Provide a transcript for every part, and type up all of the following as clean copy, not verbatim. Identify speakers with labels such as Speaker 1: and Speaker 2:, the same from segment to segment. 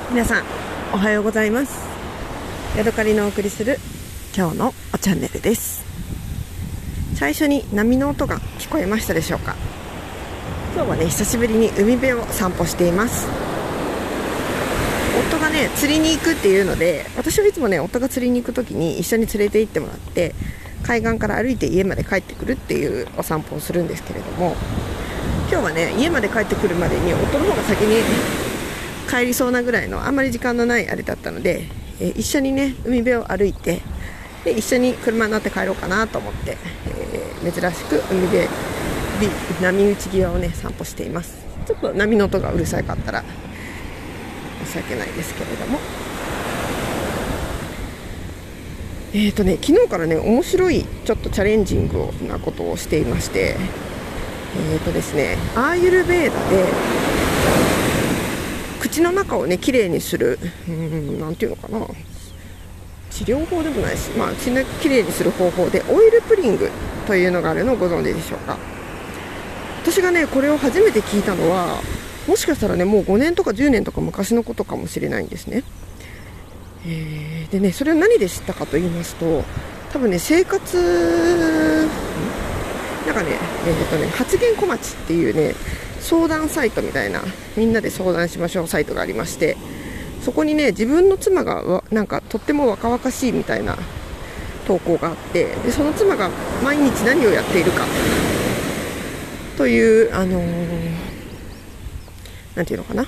Speaker 1: 皆さんおはようございます。ヤドカリのお送りする今日のチャンネルです。最初に波の音が聞こえましたでしょうか。今日はね、久しぶりに海辺を散歩しています。夫がね、釣りに行くっていうので、私はいつもね、夫が釣りに行く時に一緒に連れて行ってもらって、海岸から歩いて家まで帰ってくるっていうお散歩をするんですけれども、今日はね、家まで帰ってくるまでに夫の方が先に帰りそうなぐらいのあんまり時間のないあれだったので、一緒にね、海辺を歩いて、で一緒に車に乗って帰ろうかなと思って、珍しく海辺波打ち際をね、散歩しています。ちょっと波の音がうるさかったら申し訳ないですけれども、昨日からね、面白いちょっとチャレンジングなことをしていまして、ですね、アーユルベーダで口の中をね、きれいにする、なんていうのかな、治療法でもないし、口のきれいにする方法でオイルプリングというのがあるのをご存知でしょうか。私がね、これを初めて聞いたのは、もしかしたらね、もう5年とか10年とか昔のことかもしれないんですね。でね、それを何で知ったかと言いますと、多分ね、なんかね、発言小町っていうね、相談サイトみたいな、みんなで相談しましょうサイトがありまして、そこにね、自分の妻がなんかとっても若々しいみたいな投稿があって、でその妻が毎日何をやっているかというなんていうのかな、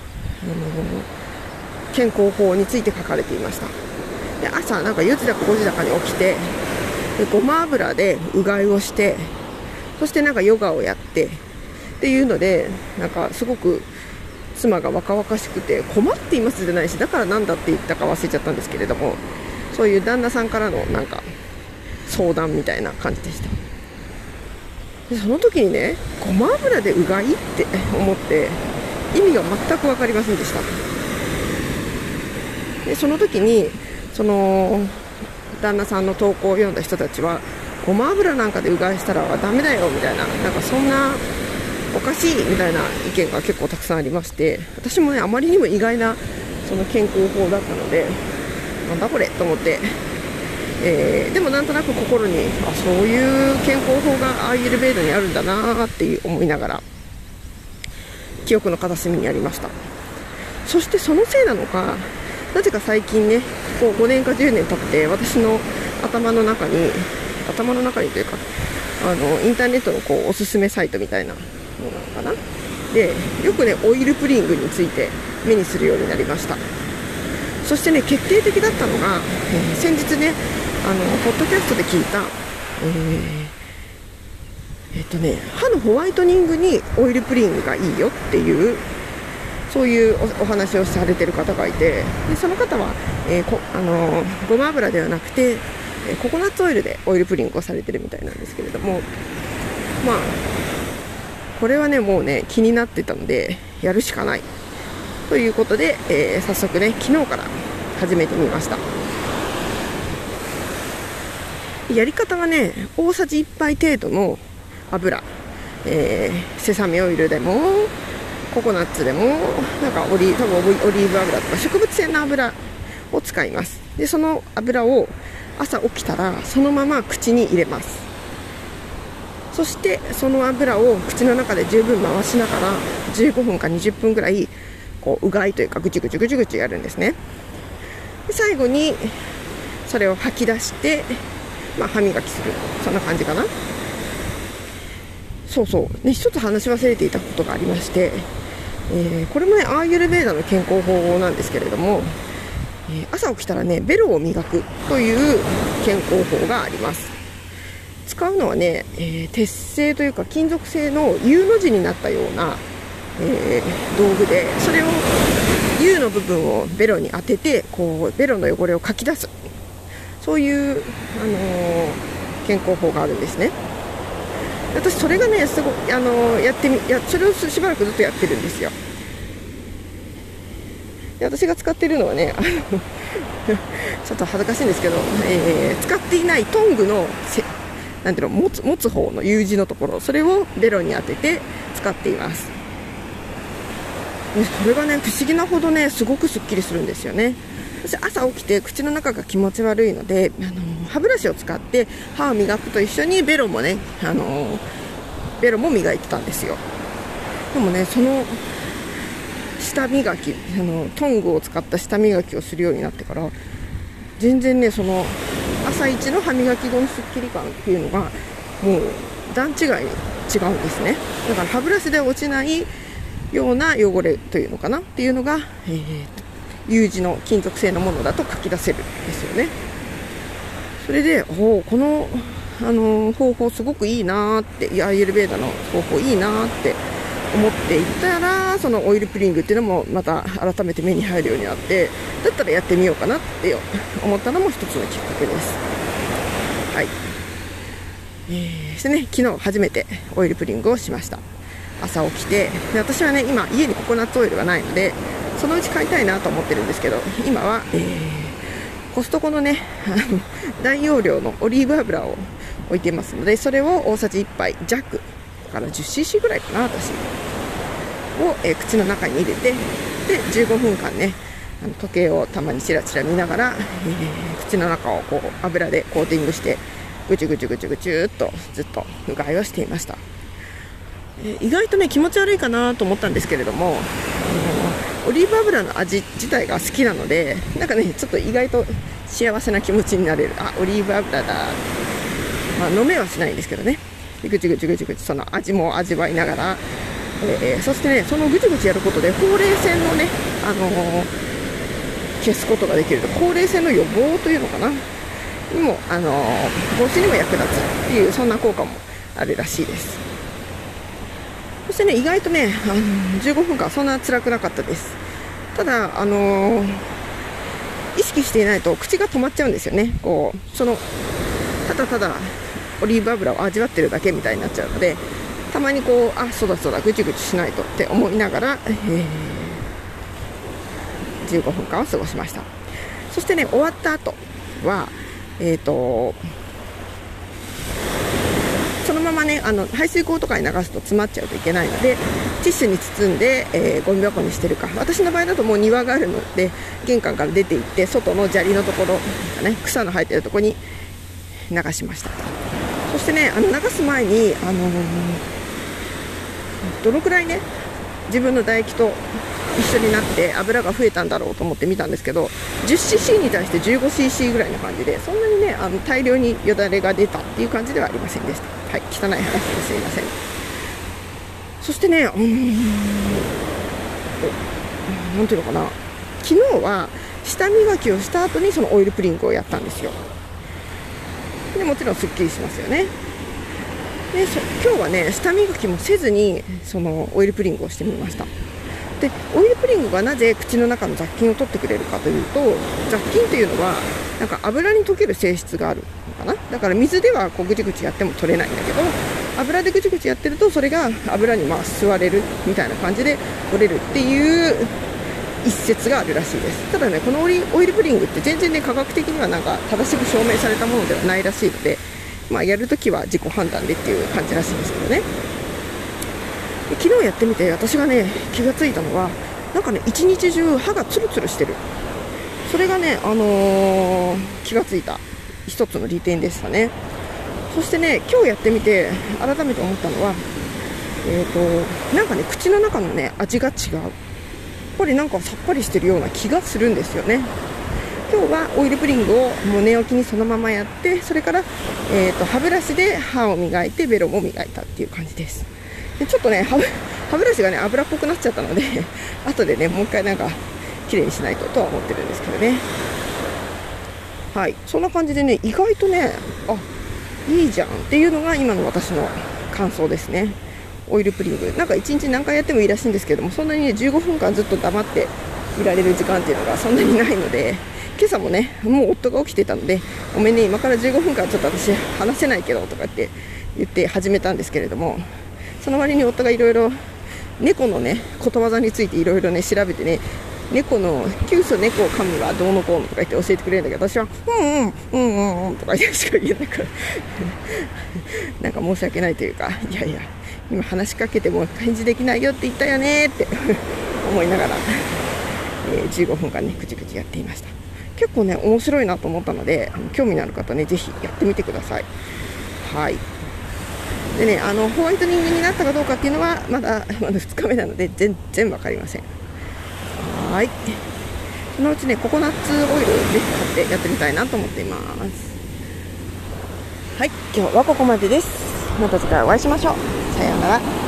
Speaker 1: 健康法について書かれていました。で朝なんか4時だか5時だかに起きて、でごま油でうがいをして、そしてなんかヨガをやってっていうので、なんかすごく妻が若々しくて、困っていますじゃないし、だからなんだって言ったか忘れちゃったんですけれども、そういう旦那さんからのなんか相談みたいな感じでした。でその時にね、ごま油でうがいって思って、意味が全く分かりませんでした。でその時にその旦那さんの投稿を読んだ人たちは、ごま油なんかでうがいしたらダメだよみたいな、なんかそんなおかしいみたいな意見が結構たくさんありまして、私もね、あまりにも意外なその健康法だったので、なんだこれと思って、でもなんとなく心に、そういう健康法がアーユルベーダにあるんだなって思いながら、記憶の片隅にありました。そしてそのせいなのか、なぜか最近ね、こう5年か10年経って、私の頭の中にというか、インターネットのこうおすすめサイトみたいなのなのかな、でよくね、オイルプリングについて目にするようになりました。そしてね、決定的だったのが、先日ね、ポッドキャストで聞いた、歯のホワイトニングにオイルプリングがいいよっていう、そういうお話をされてる方がいて、でその方は、ごま油ではなくてココナッツオイルでオイルプリングをされてるみたいなんですけれども、これはね、もうね、気になってたのでやるしかないということで、早速ね、昨日から始めてみました。やり方はね、大さじ1杯程度の油、セサミオイルでもココナッツでも、なんか多分オリーブ油とか植物性の油を使います。でその油を朝起きたらそのまま口に入れます。そしてその油を口の中で十分回しながら15分か20分ぐらいこううがいというか、ぐちぐちやるんですね。で最後にそれを吐き出して、歯磨きする、そんな感じかな。そうそうね、一つ話し忘れていたことがありまして、これもね、アーユルベーダの健康法なんですけれども、朝起きたらね、ベロを磨くという健康法があります。使うのはね、鉄製というか金属製の U の字になったような、道具で、それを U の部分をベロに当てて、こうベロの汚れをかき出す、そういう、健康法があるんですね。私それがね、すごいそれをしばらくずっとやってるんですよ。で私が使っているのはね、ちょっと恥ずかしいんですけど、使っていないトングのなんていうの、持つ方の U 字のところ、それをベロに当てて使っています。 これがね不思議なほどねすごくすっきりするんですよね。私朝起きて口の中が気持ち悪いので歯ブラシを使って歯を磨くと一緒にベロもね、ベロも磨いてたんですよ。でもねその舌磨きトングを使った舌磨きをするようになってから全然ねその朝一の歯磨き後のすっきり感っていうのがもう段違いに違うんですね。だから歯ブラシで落ちないような汚れというのかなっていうのが、有地の金属製のものだと書き出せるんですよね。それでこの、方法すごくいいなーって、アーユルヴェーダの方法いいなーって思っていたら、そのオイルプリングっていうのもまた改めて目に入るようになって、だったらやってみようかなって思ったのも一つのきっかけです。はい。そしてね、昨日初めてオイルプリングをしました。朝起きて、で私はね今家にココナッツオイルがないのでそのうち買いたいなと思ってるんですけど、今は、コストコのね大容量のオリーブ油を置いていますので、それを大さじ1杯弱から 10cc ぐらいかな私を、口の中に入れて、で15分間ね時計をたまにチラチラ見ながら、口の中をこう油でコーティングしてぐちゅぐちゅぐちゅぐちゅっとずっとうがいをしていました。意外とね気持ち悪いかなと思ったんですけれども、オリーブ油の味自体が好きなので、なんかねちょっと意外と幸せな気持ちになれる。オリーブ油だ、飲めはしないんですけどね、ぐちぐちぐちぐちその味も味わいながら、そしてねそのぐちぐちやることでほうれい線のね、消すことができる。ほうれい線の予防というのかなにも防止にも役立つっていう、そんな効果もあるらしいです。そしてね意外とね15分間そんな辛くなかったです。ただ意識していないと口が止まっちゃうんですよね。こうただただオリーブ油を味わってるだけみたいになっちゃうので、たまにこうそうだそうだぐちぐちしないとって思いながら、15分間を過ごしました。そしてね終わった後はそのままね排水口とかに流すと詰まっちゃうといけないので、ティッシュに包んで、ゴミ箱にしてるか、私の場合だともう庭があるので玄関から出て行って外の砂利のところ、ね、草の生えてるところに流しました。そしてね流す前にどのくらいね自分の唾液と一緒になって油が増えたんだろうと思って見たんですけど、 10cc に対して 15cc ぐらいの感じで、そんなにね大量によだれが出たっていう感じではありませんでした。はい、汚い話ですいません。そしてねなんていうのかな、昨日は舌磨きをした後にそのオイルプリングをやったんですよ。でもちろんすっきりしますよね。で今日はね舌磨きもせずにそのオイルプリングをしてみました。でオイルプリングがなぜ口の中の雑菌を取ってくれるかというと、雑菌というのはなんか油に溶ける性質があるのかな。だから水ではこうぐちぐちやっても取れないんだけど、油でぐちぐちやってるとそれが油に吸われるみたいな感じで取れるっていう一説があるらしいです。ただねこのオイルプリングって全然ね科学的にはなんか正しく証明されたものではないらしいので、やるときは自己判断でっていう感じらしいんですけどね。昨日やってみて私がね気がついたのは、なんかね一日中歯がツルツルしてる。それがね、気がついた一つの利点でしたね。そしてね今日やってみて改めて思ったのは、なんかね口の中のね味が違う。やっぱりなんかさっぱりしてるような気がするんですよね。今日はオイルプリングをもう寝起きにそのままやって、それから、歯ブラシで歯を磨いてベロも磨いたっていう感じです。でちょっとね歯ブラシがね油っぽくなっちゃったので後でねもう一回なんか綺麗にしないとは思ってるんですけどね。はい、そんな感じでね意外とねいいじゃんっていうのが今の私の感想ですね。オイルプリングなんか1日何回やってもいいらしいんですけども、そんなにね15分間ずっと黙っていられる時間っていうのがそんなにないので、今朝もねもう夫が起きてたので、ごめんね今から15分間ちょっと私話せないけどとかって言って始めたんですけれども、その割に夫がいろいろ猫のねことわざについていろいろね調べてね、猫の急須猫を噛むはどうのこうのとか言って教えてくれるんだけど、私はとか言ってしか言えないからなんか申し訳ないというか、いやいや今話しかけても返事できないよって言ったよねって思いながら、15分間ねくちくちやっていました。結構ね面白いなと思ったので、興味のある方ねぜひやってみてください。はい。でね、ホワイトニングになったかどうかっていうのはまだ2日目なので全然分かりません。はい。そのうちねココナッツオイルをね買ってやってみたいなと思っています。はい、今日はここまでです。また次回お会いしましょう。さようなら。